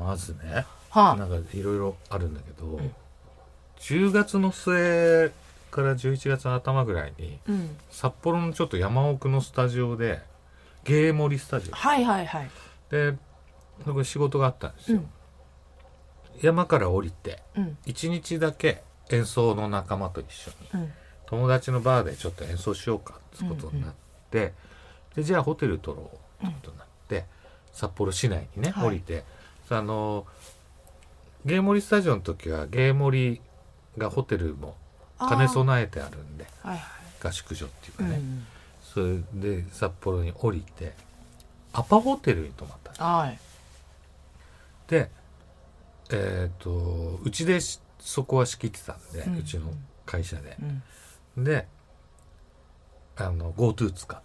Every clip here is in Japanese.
まずね、 はあ、 なんかいろいろあるんだけど、10月の末から11月の頭ぐらいに、札幌のちょっと山奥のスタジオでゲーモリスタジオ、 はいはいはい、 でそこで仕事があったんですよ、山から降りて1日だけ演奏の仲間と一緒に、友達のバーでちょっと演奏しようかってことになって、でじゃあホテル取ろうってことになって、札幌市内にね、降りて、ゲーモリスタジオの時はゲーモリがホテルも兼ね備えてあるんで、合宿所っていうかね、それで札幌に降りてアパホテルに泊まったんです、でうちでそこは仕切ってたんで、うちの会社で、でGoTo 使って、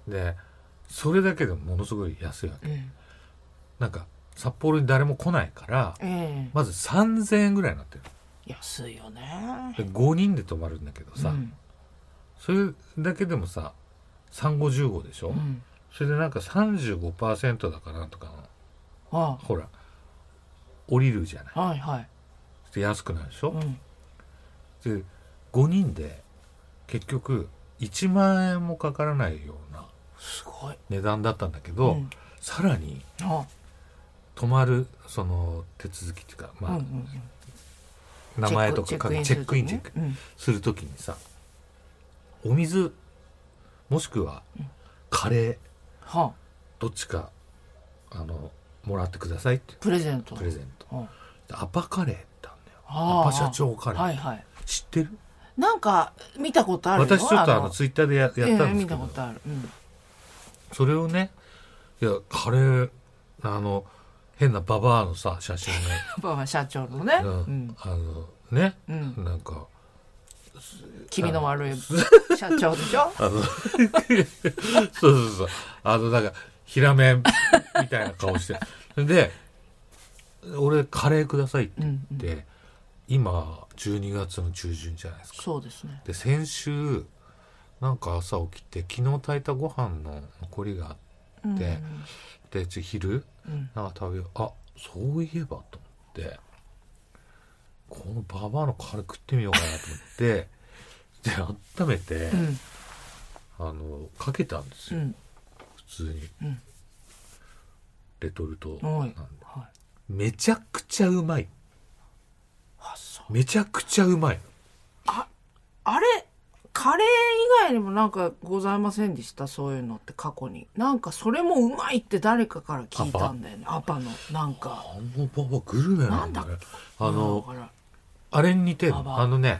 でそれだけでもものすごい安いわけ、なんか札幌に誰も来ないから、まず3000円ぐらいになってる。 安いよね。 で5人で泊まるんだけどさ、それだけでもさ3515でしょ、それでなんか 35% だかなんとかの、ほら降りるじゃない、で安くなるでしょ、で5人で結局1万円もかからないようなすごい値段だったんだけど、さらに泊まるその手続きっていうか、まあ名前とかチェックインするときにさ、お水もしくはカレー、どっちかもらってくださいってプレゼント、 アパカレーってあるんだよ。アパ社長カレー、知ってる？ なんか見たことあるよ。 私ちょっとツイッターでやったんですけど、 見たことある、 それをね、いやカレー変なババアのさ写真ねババア社長のね、 ね、なんか気味の悪い社長でしょそうなんかヒラメみたいな顔してで俺カレーくださいって言って、今12月の中旬じゃないですか。 そうですね。 で先週なんか朝起きて昨日炊いたご飯の残りがあって、で昼、なんか食べよう、あそういえばと思ってこのババアのカレー食ってみようかなと思ってで温めて、かけたんですよ、普通に、レトルトなんで、めちゃくちゃうまい。めちゃくちゃうまい。 あれカレー以外にもなんかございませんでした？そういうのって過去になんかそれもうまいって誰かから聞いたんだよね。アパのなんかババグルメなんだね。あれに似てるゴー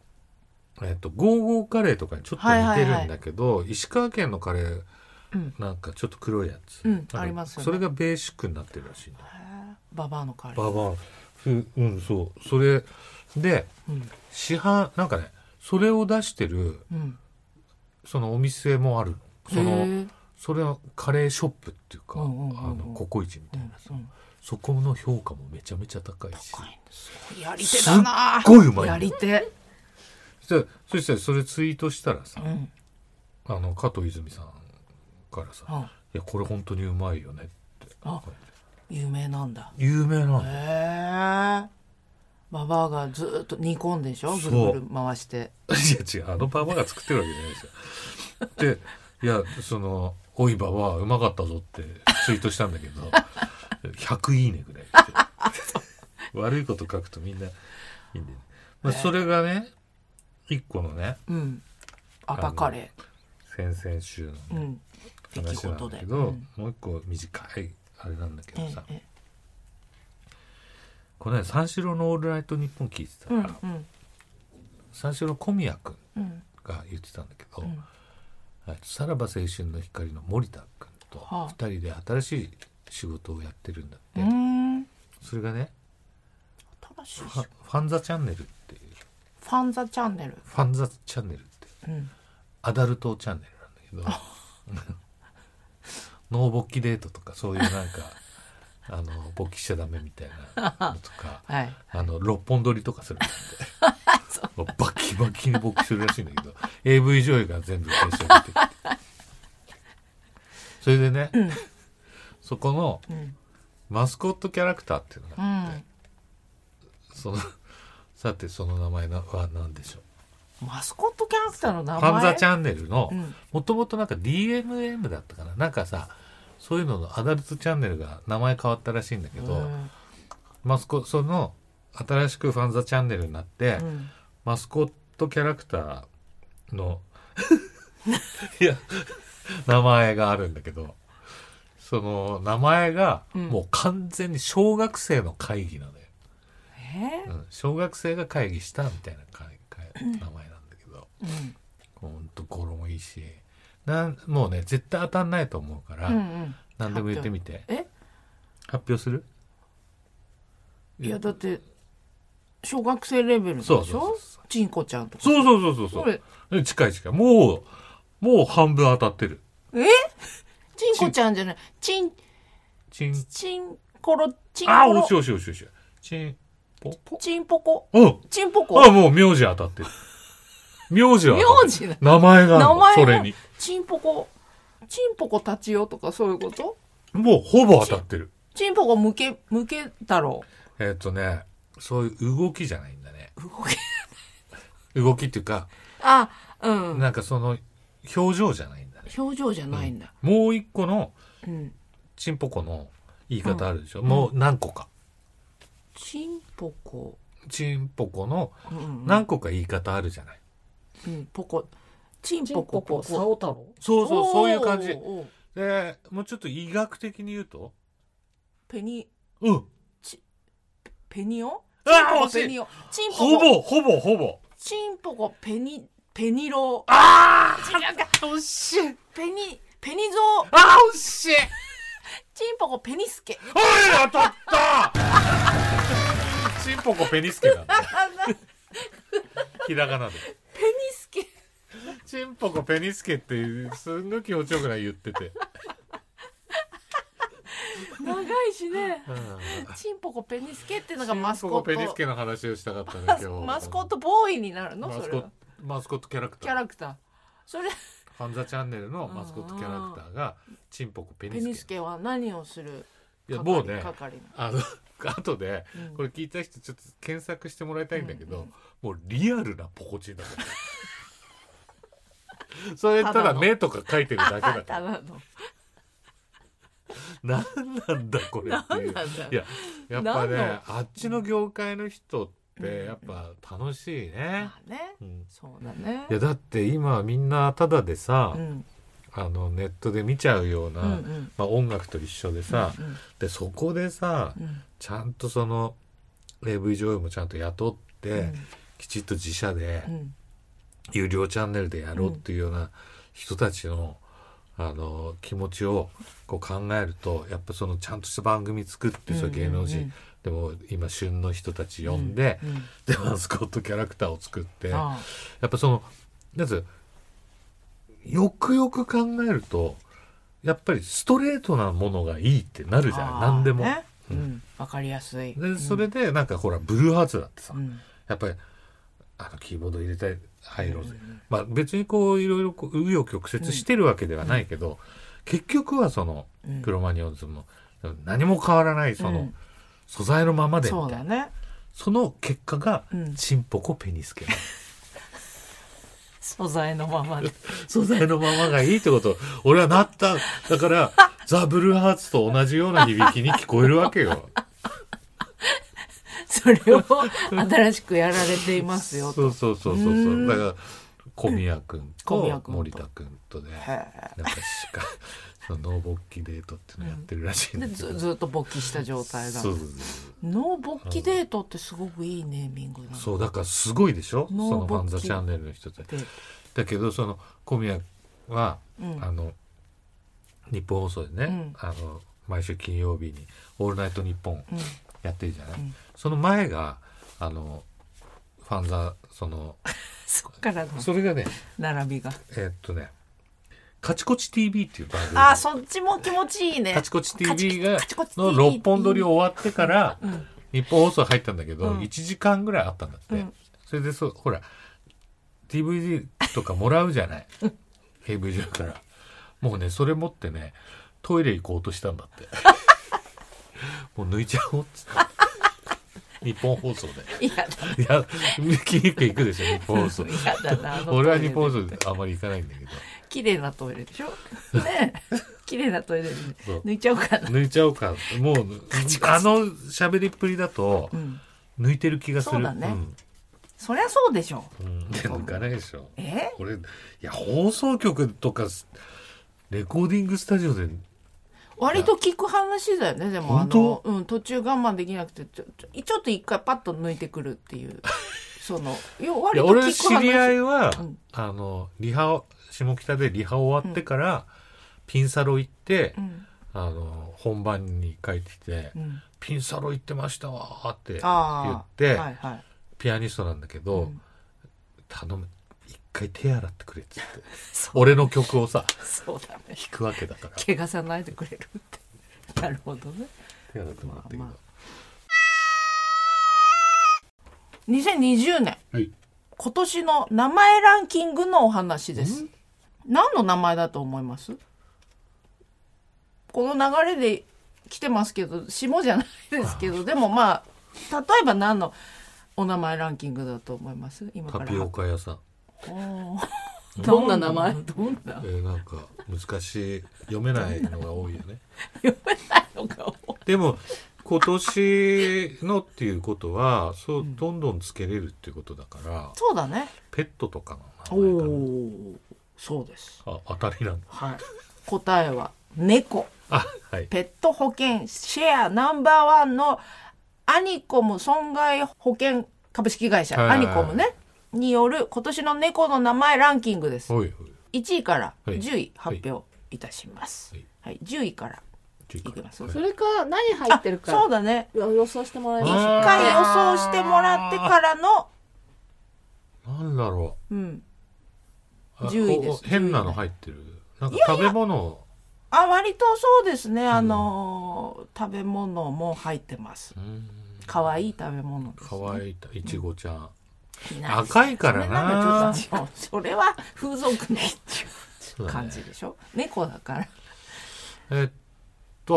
ゴーカレーとかにちょっと似てるんだけど、石川県のカレーなんかちょっと黒いやつ、 ありますよね。 それがベーシックになってるらしいんだ。 ババアのカレー。 ババア、そうそれで、市販なんかねそれを出してる、そのお店もある。それはカレーショップっていうか、ココイチみたいなさ、そこの評価もめちゃめちゃ高いし、 やり手だな。 すっごいうまい。 やり手。 そしたらそれツイートしたらさ、加藤泉さんからさ、いやこれ本当にうまいよねって。 有名なんだ。 有名なんだ。 ババアがずっと煮込んでしょ、ぐるぐる回して。 いや違う、ババアが作ってるわけじゃないですよ。でいやおいババアうまかったぞってツイートしたんだけど100いいねぐらい悪いこと書くとみんないいんで、それがね一個のね、 アパカレー先々週の、ね話なんだけど、もう一個短いあれなんだけどさ、このね三四郎のオールナイトニッポン聞いてたら、三四郎の小宮君が言ってたんだけど、さらば青春の光の森田君と2人で新しい仕事をやってるんだって。それがねファンザチャンネルっていう、 ファンザチャンネルってアダルトチャンネルなんだけどノー勃起デートとかそういうなんか勃起しちゃダメみたいなのとか六本撮りとかするんだってバキバキに勃起するらしいんだけどAV 女優が全部検証出てきてそれでね、そこのマスコットキャラクターっていうのがあって、さてその名前は何でしょう。マスコットキャラクターの名前。 ファンザチャンネルのもともとなんか DMM だったかな、なんかさそういうののアダルトチャンネルが名前変わったらしいんだけど、その新しくファンザチャンネルになって、マスコットキャラクターのいや名前があるんだけど、その名前がもう完全に小学生の会議なのよ。小学生が会議したみたいな名前なんだけど、ほんと語呂もいいし、もうね絶対当たんないと思うから、何でも言ってみて。発表する？ いやだって小学生レベルでしょ。ちんこちゃんとか。 そう近いもう半分当たってる。 ちんこちゃんじゃない、ちんころ。 おしちんぽこ。 ちんぽこ。 もう名字当たってる。名字名前がそれに。 ちんぽこ立ちよとかそういうこと？ もうほぼ当たってる。 ちんぽこ向け太郎。 そういう動きじゃないんだね。動きっていうか、なんかその表情じゃないんだね。 表情じゃないんだ。 もう一個のちんぽこの言い方あるでしょ。もう何個か。 ちんぽこの何個か言い方あるじゃない。 ちんぽこさお太郎。 そういう感じで、もうちょっと医学的に言うとペニオ。 ほぼちんぽこペニロ。違うか。 惜しい。 ペニゾー。 惜しい。 ちんぽこペニスケ。 当たったちんぽこペニスケなんだ。ひらがなで。 ペニスケ。 ちんぽこペニスケってすんごい気持ちよくない言ってて。 長いしね。ちんぽこペニスケっていうのがマスコット。 ちんぽこペニスケの話をしたかったね今日。 マスコットボーイになるの？それはマスコットキャラクター。 それファンザチャンネルのマスコットキャラクターがちんぽこペニスケ。 ペニスケは何をする？ いやもうね、後でこれ聞いた人ちょっと検索してもらいたいんだけど、もうリアルなポコチンだからそれただ目とか描いてるだけだから何なんだこれっていう。いややっぱね、あっちの業界の人ってやっぱ楽しいね。 そうだね。 いやだって今みんなタダでさ、ネットで見ちゃうような、音楽と一緒でさ、でそこでさ、ちゃんとその AV 女優もちゃんと雇って、きちっと自社で、有料チャンネルでやろうっていうような人たちの、気持ちをこう考えると、やっぱそのちゃんとした番組作って、そういう芸能人でも今旬の人たち呼んで、でマスコットキャラクターを作って、やっぱそのよくよく考えるとやっぱりストレートなものがいいってなるじゃない。何でも、 わかりやすい。 でそれでなんかほらブルーハーツだってさ、やっぱりキーボード入れたい入ろうぜ、別にこういろいろ紆余曲折してるわけではないけど、結局はそのクロマニヨンズも何も変わらないその素材のままでみたいな、その結果がチンポコペニスケ。 素材のままで素材のままがいいってこと俺はなった。だからザ・ブルーハーツと同じような響きに聞こえるわけよ。 それを新しくやられていますよと。 そうだから小宮君と森田君とでなんかノー勃起デートっていうのやってるらしいんで、 ずっと勃起した状態だ。ノー勃起デートってすごくいいネーミングなの。 そうだからすごいでしょ、そのファンザチャンネルの人たちだけど、その小宮は、日本放送でね、毎週金曜日にオールナイトニッポンやってるじゃない、その前がファンザそっからのそれがね並びがカチコチ TV っていう番組、 そっちも気持ちいいね。 カチコチ TV がの6本撮り終わってから日本放送入ったんだけど、1時間ぐらいあったんだって、それでほら DVD とかもらうじゃないAV 上から。もうねそれ持ってねトイレ行こうとしたんだってもう抜いちゃおうっつって日本放送でいやいやキープ行くでしょ日本放送やだな俺は日本放送であんまり行かないんだけど綺麗なトイレでしょね綺麗なトイレで抜いちゃおうかな抜いちゃおうかもうあの喋りっぷりだと、抜いてる気がするそうだね、そりゃそうでしょ、 で抜かないでしょこれいや放送局とかレコーディングスタジオで割と聞く話だよねでも途中我慢できなくてちょっと一回パッと抜いてくるっていうその割と聞く話俺知り合いは、リハ下北でリハ終わってから、ピンサロ行って、本番に帰ってきて、ピンサロ行ってましたわって言って、ピアニストなんだけど、頼む一回手洗ってくれっつって俺の曲をさそうだ、ね、 弾くわけだから怪我さないでくれるってなるほどね手洗ってもらったけど、 2020年、 はい、 今年の名前ランキングのお話です。何の名前だと思います？この流れで来てますけど下じゃないですけどでもまあ例えば何のお名前ランキングだと思います？今からタピオカ屋さんどんな名前？どんな？ なんか難しい読めないのが多いよね読めないのが多いでも今年のっていうことはそうどんどんつけれるっていうことだから、 そうだねペットとかの名前かな。 そうです。 当たりなんだ。 はい。答えは猫。 はい、 ペット保険シェアナンバー1のアニコム損害保険株式会社、アニコムねによる今年の猫の名前ランキングです。1位から10位発表いたします。はい、10位からいきます。 それか何入ってるかそうだね、 予想してもらいます。 一回予想してもらってからのなんだろう、10位です。 変なの入ってる。なんか食べ物割とそうですね、食べ物も入ってます。かわいい食べ物です、ね、 かわいいいちごちゃん、 赤いからな。 それは風俗の感じでしょ、猫だから。 ク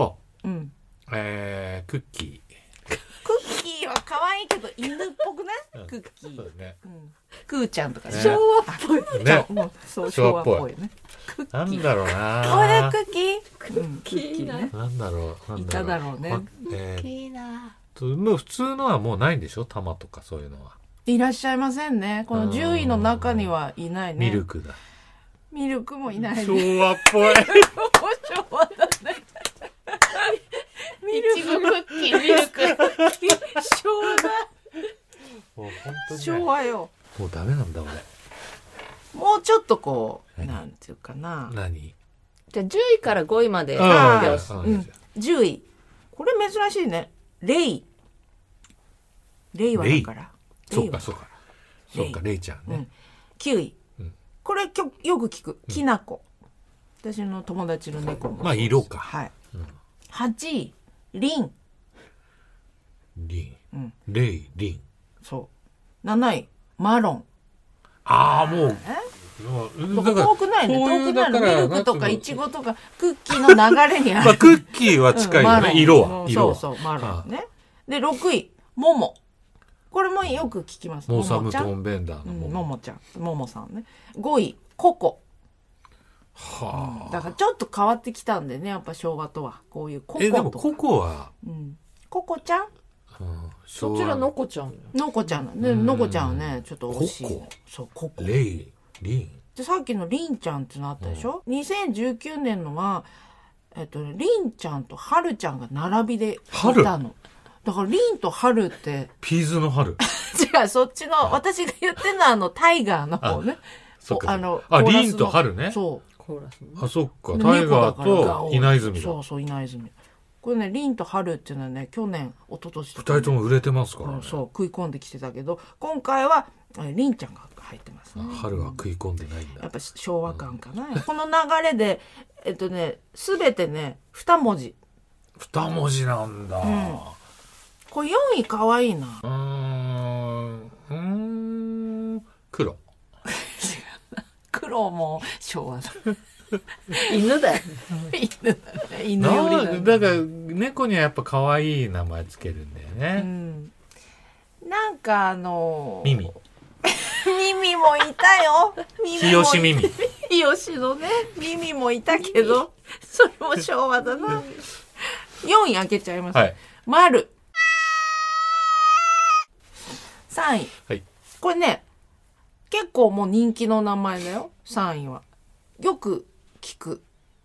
ッキーは可愛いけど犬っぽくない？クッキー。 そうね。 クーちゃんとか昭和っぽいね。 そう昭和っぽいね。 なんだろうな。 これクッキー？クッキーね。 なんだろう。 いただろうね。 いいな。 もう普通のはもうないんでしょ？玉とかそういうのは。 いらっしゃいませんね。この10位の中にはいないね。 ミルクだ。 ミルクもいないね。 昭和っぽい。 昭和だね。ミルククッキー、ミルククッキー、昭和だ。 もう本当に、ね、 昭和よ。 もうダメなんだ俺。 もうちょっとこうなんていうかな。 何？ じゃあ10位から5位まで発表し。10位。これ珍しいね。レイはだから。 そうか。レイちゃんね。 9位。これよく聞く。きなこ。私の友達の猫も。 まあ色か。 はい。8位。リン。 レイ、リン。 そう。7位。マロン。 もう。 遠くないね。遠くないの。ミルクとかイチゴとかクッキーの流れにある。 クッキーは近いよね。色は。 そう、マロンね。で、6位。モモ。これもよく聞きます。 モーサムトーンベンダーのモモちゃん。モモさんね。5位。ココ。だからちょっと変わってきたんでね、やっぱ昭和とはこういうココとか。 でもココは、 ココちゃん、 そちらのこちゃん。 のこちゃんね、のこちゃんはねちょっと惜しい。そうココ。 レイ、リン。 でさっきのリンちゃんってなったでしょ。2019年のはリンちゃんとハルちゃんが並びでいたの。だからリンとハルってピーズの春。 違う、そっちの私が言ってるのはタイガーの方ね。 リンとハルね。 そう。 そっか。タイガーと稲泉だ。 そう、稲泉。これね、リンと春っていうのはね、去年、一昨年とか、2人とも売れてますからね。 そう、食い込んできてたけど、今回はリンちゃんが入ってますね。 春は食い込んでないんだ。 やっぱ昭和感かな。この流れで、すべてね、2文字。 2文字なんだ。 これ4位かわいいな。 黒。 黒も昭和だ。 犬だよ。 犬よりだから猫にはやっぱ可愛い名前つけるんだよね。 なんかミミもいたよ。 日吉ミミ。 日吉のね、ミミもいたけど、それも昭和だな。4位開けちゃいます。はい、丸。3位。はい。これね、結構もう人気の名前だよ。3位は。よく聞く。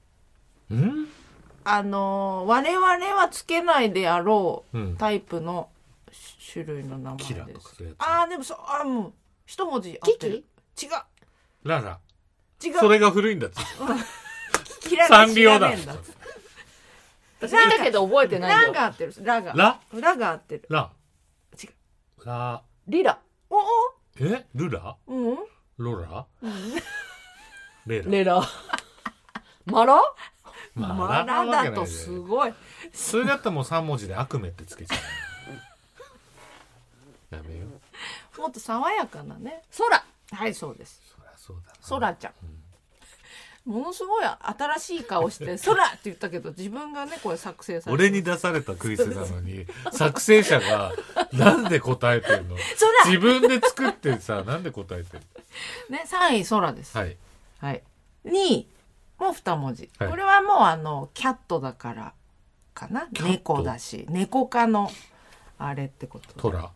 我々はつけないであろうタイプの種類の名前です。でももう一文字合ってる。違う。 ララ。 違う。 それが古いんだって。 サンリオだ。 私見たけど覚えてないよ。 ラが合ってる。ラが合ってる。 ラ。 違う。 ラ。 リラ。 ルラ？ロラ？ レラ。マラ？ マラだとすごい。 それだったらもう3文字で悪夢ってつけちゃう。やめよう。もっと爽やかなね。 空。 はい、そうです。 そうだ。 空ちゃん。ものすごい新しい顔して「空!」って言ったけど自分がねこれ作成されて俺に出されたクイズなのに作成者がなんで答えてんの自分で作ってさなんで答えてんのね。3位空です。 はい、 はい、2位も2文字、はい、これはもうキャットだからかな。猫だし猫科のあれってこと。 トラ。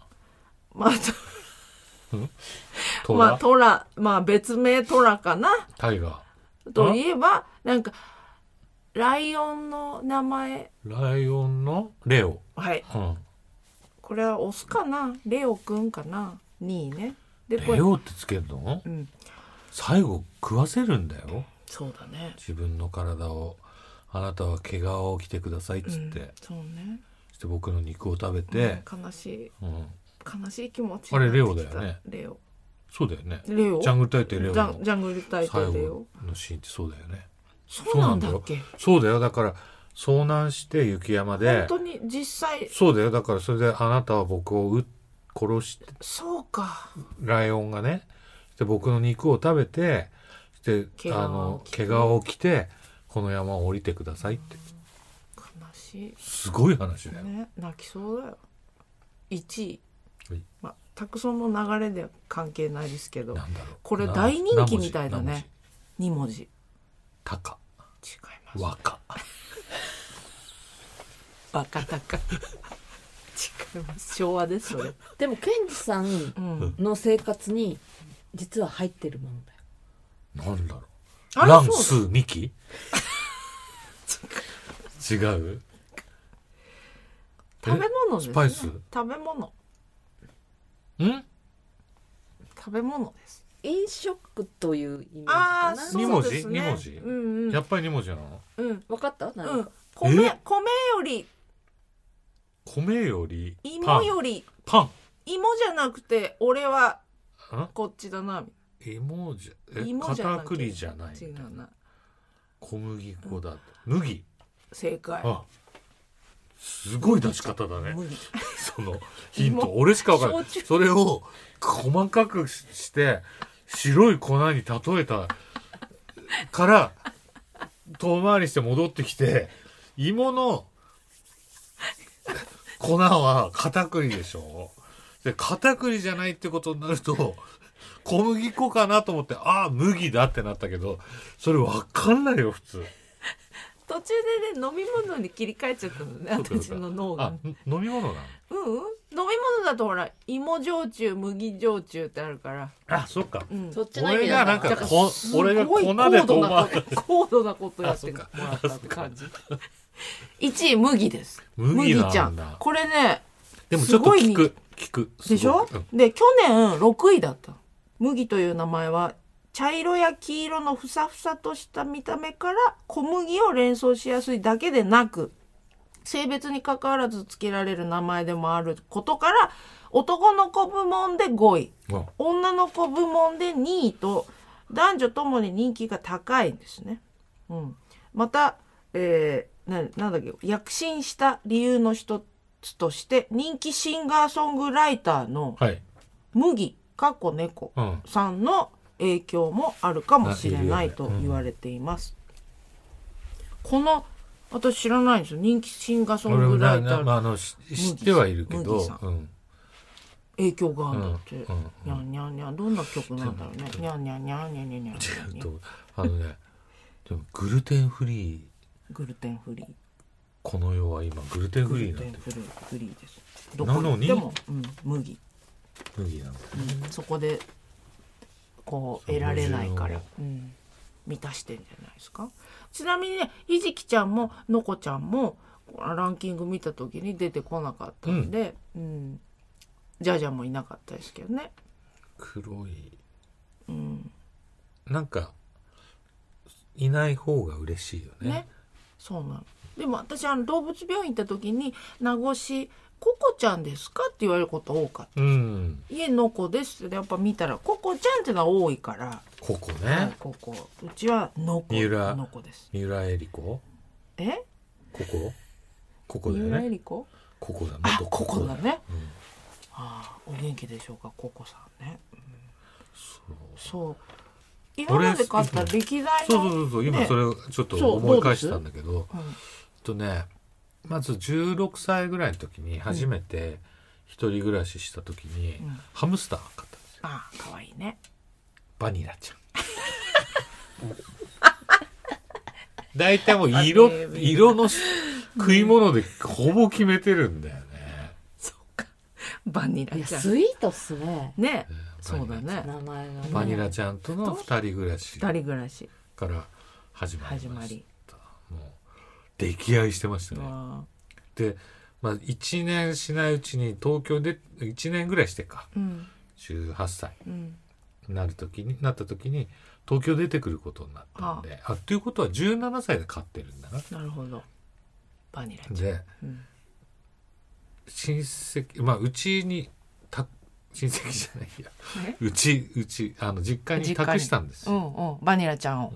トラ別名トラかな。 タイガーといえばなんかライオンの名前。 ライオンのレオ。 はい、これはオスかな。レオくんかな。2位ね。でレオってつけるの、最後食わせるんだよ。 そうだね。 自分の体をあなたは毛皮を着てくださいっつって、 そうね。 そして僕の肉を食べて、 悲しい気持ち。 あれレオだよね。 レオ。 そうだよね。 レオ。 ジャングル大帝レオのジャングル大帝レオ最後のシーンってそうだよね。 そうなんだっけ。 そうだよ。だから遭難して雪山で本当に実際そうだよ。だからそれであなたは僕を殺して、 そうか。 ライオンがねで僕の肉を食べてで毛皮を着てこの山を降りてくださいって。 悲しい。 すごい話だよね。泣きそうだよ。1位。 はい、 タクソンの流れでは関係ないですけど、 なんだろう、 これ大人気みたいだね。2文字。 タカ。 違います。 ワカ。 ワカタカ。違います。昭和ですそれ。 でもケンジさんの生活に実は入ってるものだよ。 なんだろう。ランスーミキ。違う。 食べ物ですね。 スパイス。 食べ物。食べ物です。 飲食というイメージかな。 2文字2文字、やっぱり2文字なの。 分かった。 米より芋よりパン。 芋じゃなくて俺はこっちだな。 芋じゃ片栗じゃない。 違うな。 小麦粉だと。麦。 正解。 すごい出し方だね。そのヒント俺しか分からない。それを細かくして白い粉に例えたから遠回りして戻ってきて芋の粉は片栗でしょ。で片栗じゃないってことになると小麦粉かなと思って麦だってなったけどそれ分かんないよ普通。 途中でね飲み物に切り替えちゃったのね私の脳が。 飲み物なの？ 飲み物だとほら芋焼酎麦焼酎ってあるから。 そっか、 そっちの意味だ。 俺が粉で遠回り高度なことやってもらったって感じ。1位麦です。麦ちゃん。これねでもちょっと聞くでしょ、で去年6位だった。麦という名前は茶色や黄色のふさふさとした見た目から小麦を連想しやすいだけでなく性別に関わらず付けられる名前でもあることから男の子部門で5位、女の子部門で2位と男女ともに人気が高いんですね。また、なんだっけ躍進した理由の一つとして人気シンガーソングライターの麦猫さんの影響もあるかもしれないと言われています。 この私知らないんですよ、人気シンガーソングライター知ってはいるけど、 影響があるんだって。にゃんにゃんにゃん、どんな曲なんだろうね。にゃんにゃんにゃんにゃんにゃんにゃん。 違うとでもグルテンフリー。 この世は今グルテンフリーなんで。 グルテンフリーです。どこにでも麦なんだ。 そこでこう得られないから、満たしてんじゃないですか。ちなみにね、ひじきちゃんものこちゃんもランキング見た時に出てこなかったんで、ジャジャもいなかったですけどね。 黒い、なんかいない方が嬉しいよね。 そうなの。でも私動物病院行った時に名越ココちゃんですかって言われること多かったです。家の子ですってやっぱ見たらココちゃんってのは多いから。 ココね。 ココ。うちはのこです。 三浦恵里子。ココだよね。 三浦恵里子。 ココだ。 ココだね。お元気でしょうか、ココさんね。そう。今まで買った歴代の。 そう今それをちょっと思い返したんだけど、まず16歳ぐらいの時に初めて一人暮らしした時にハムスター買ったんですよ。 かわいいね。 バニラちゃん。大体もう色の食い物でほぼ決めてるんだよね。 そうか。バニラちゃん。 スイートっすね。 ね。そうだね。 名前がね。 バニラちゃんとの二人暮らしから始まり。もう溺愛してましたね。で、1年しないうちに東京で1年ぐらいしてか、18歳になった時に東京出てくることになったんで、ということは17歳で飼ってるんだな。 なるほど。バニラちゃんで、親戚うちに親戚じゃないや、うち実家に託したんですよ。 バニラちゃんを。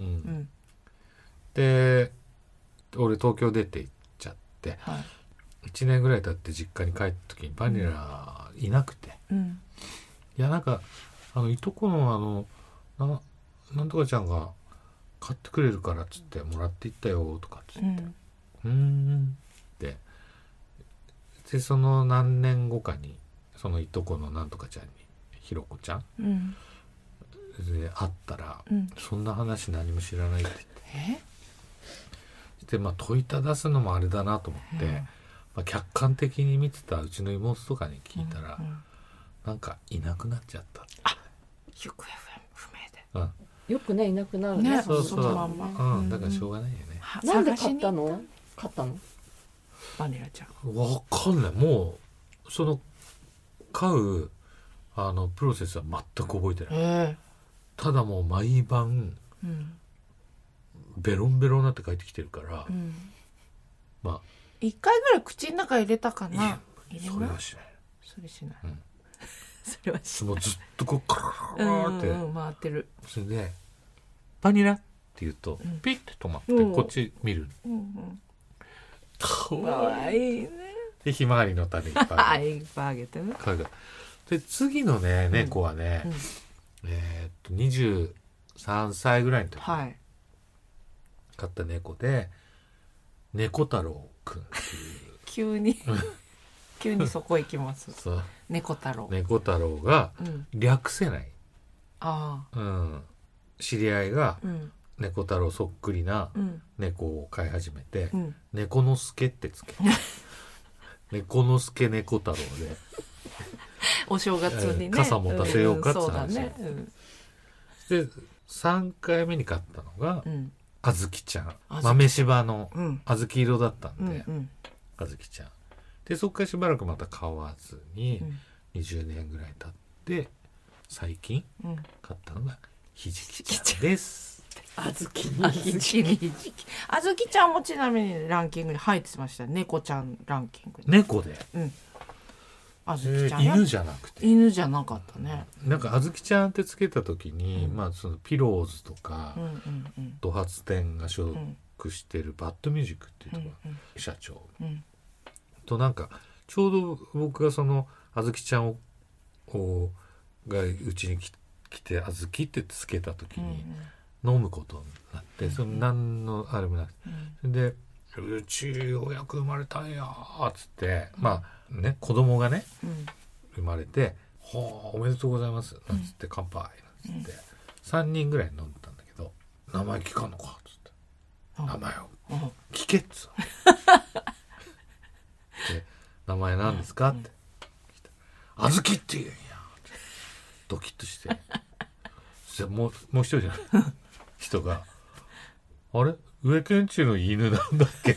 で俺東京出て行っちゃって、1年ぐらい経って実家に帰った時にバニラいなくて、いやなんかいとこのなんとかちゃんが買ってくれるからっつってもらっていったよとかっつって、でその何年後かにそのいとこのなんとかちゃんにひろこちゃん、で会ったら、そんな話何も知らないって言って、で問いただすのもあれだなと思って、客観的に見てたうちの妹とかに聞いたら、なんかいなくなっちゃったって。 行方不明で。 よくねいなくなるね。 そうだからしょうがないよね。 なんで買ったの？ バニラちゃん。 わかんない。もうその買うプロセスは全く覚えてない。ただもう毎晩、ベロンベロンになって帰ってきてるから、 1回ぐらい口の中入れたかな。 それはしない。 それしない。それはしない。 もうずっとこうカララって回ってる。 それでバニラって言うとピッて止まってこっち見る。かわいいね。でひまわりの種いっぱいあげてね。 で次のね猫はね、23歳ぐらいの時に飼った猫で、猫太郎くんっていう急にそこ行きます。猫太郎が略せない、知り合いが猫太郎そっくりな猫を飼い始めて、猫之助ってつけて猫之助猫太郎でお正月にね、 傘持たせようかって話、で3回目に買ったのが、あずきちゃん、豆柴のあずき色だったんで、あずきちゃんで、そこからしばらくまた買わずに、20年ぐらい経って最近買ったのがひじきちゃんです。 あずきちゃんもちなみにランキングに入ってました。猫ちゃんランキングに。 猫で、 あずきちゃん、 犬じゃなくて。 犬じゃなかったね。 なんかあずきちゃんってつけた時に、そのピローズとか、ド発展が所属してるバッドミュージックっていうところ、社長、となんかちょうど僕がそのあずきちゃんがうちに来てあずきってつけた時に、 飲むことになって、その何のあれもなくて、でうちようやく生まれたんやーっつって、まあね子供がね、生まれて「はあおめでとうございます」なんつって「乾杯」なんつって、3人ぐらい飲んでたんだけど「名前聞かんのか」っつって「名前を聞け」っつって「名前何ですか?」って「あずきって言うんや」ドキッとしてもう一人じゃない人が「あれ上ケンチの犬なんだっけ?」って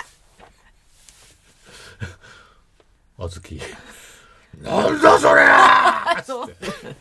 「あずきなんだそれー!」っつって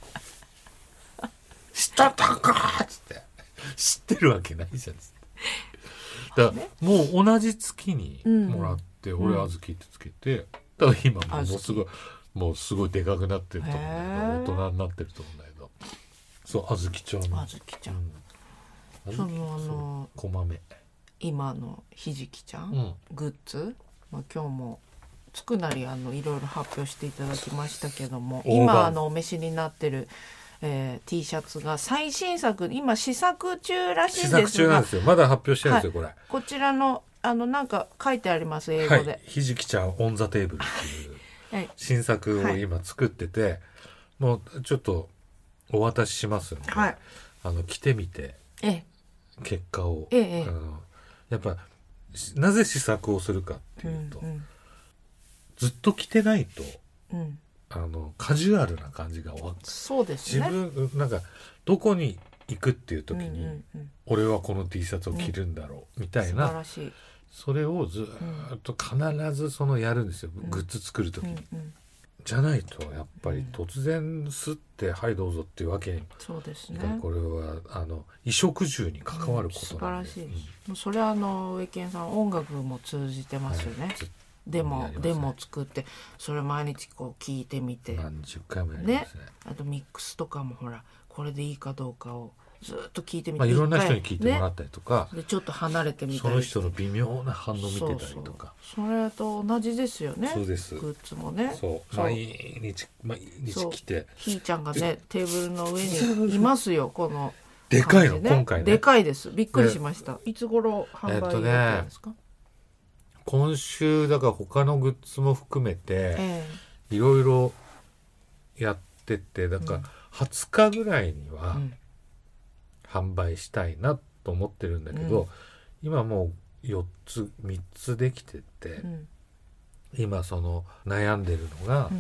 「知っとったんか!」っつって「知ってるわけないじゃん」っつってだからもう同じ月にもらって、俺あずきってつけて、だから今もうすごいでかくなってると思うんだけど、大人になってると思うんだけど、そうあずきちゃん、 あずきちゃん、そのこまめ今のひじきちゃん、グッズ、まあ、今日もつくなりいろいろ発表していただきましたけども、今お召しになってる、T シャツが最新作、今試作中らしいんですが、試作中なんですよ、まだ発表してないんですよ、これこちらのなんか書いてあります英語で、 ひじきちゃんオンザテーブルっていう新作を今作ってて、もうちょっとお渡ししますので、着てみて結果を、やっぱなぜ試作をするかっていうと、ずっと着てないと、カジュアルな感じがそうですね、 自分なんかどこに行くっていう時に、俺はこの T シャツを着るんだろう、みたいな、それをずっと必ずやるんですよ、グッズ作る時に、じゃないとやっぱり突然すってはいどうぞっていうわけに、 そうですね、 これは衣食住に関わることなんで、 素晴らしい、それは上健さん音楽も通じてますよね、デモ作ってそれ毎日こう聞いてみて何十回もやりますね。 あとミックスとかもほらこれでいいかどうかをずっと聞いてみて、いろんな人に聞いてもらったりとか、 でちょっと離れてみたり、 その人の微妙な反応見てたりとか、 それと同じですよね。 そうです。 グッズもね、 毎日来て、 ひーちゃんがねテーブルの上にいますよこのでかいの、今回ねでかいです。びっくりしました。いつ頃販売予定ですか？ 今週だから他のグッズも含めていろいろやってて、だから20日ぐらいには販売したいなと思ってるんだけど、今もう3つできてて、今悩んでるのが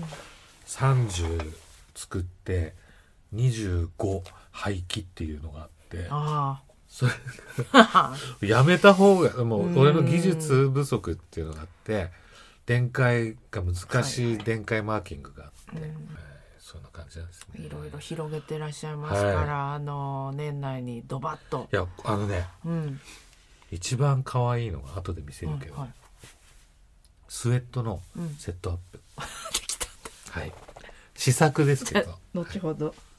30作って25廃棄っていうのがあって、それやめた方が、もう俺の技術不足っていうのがあって、電解が難しい電解マーキングがあって、そんな感じなんですね。 いろいろ広げてらっしゃいますから、年内にドバッと。 いや一番可愛いのが後で見せるけど、スウェットのセットアップ、できたんだ。試作ですけど後ほど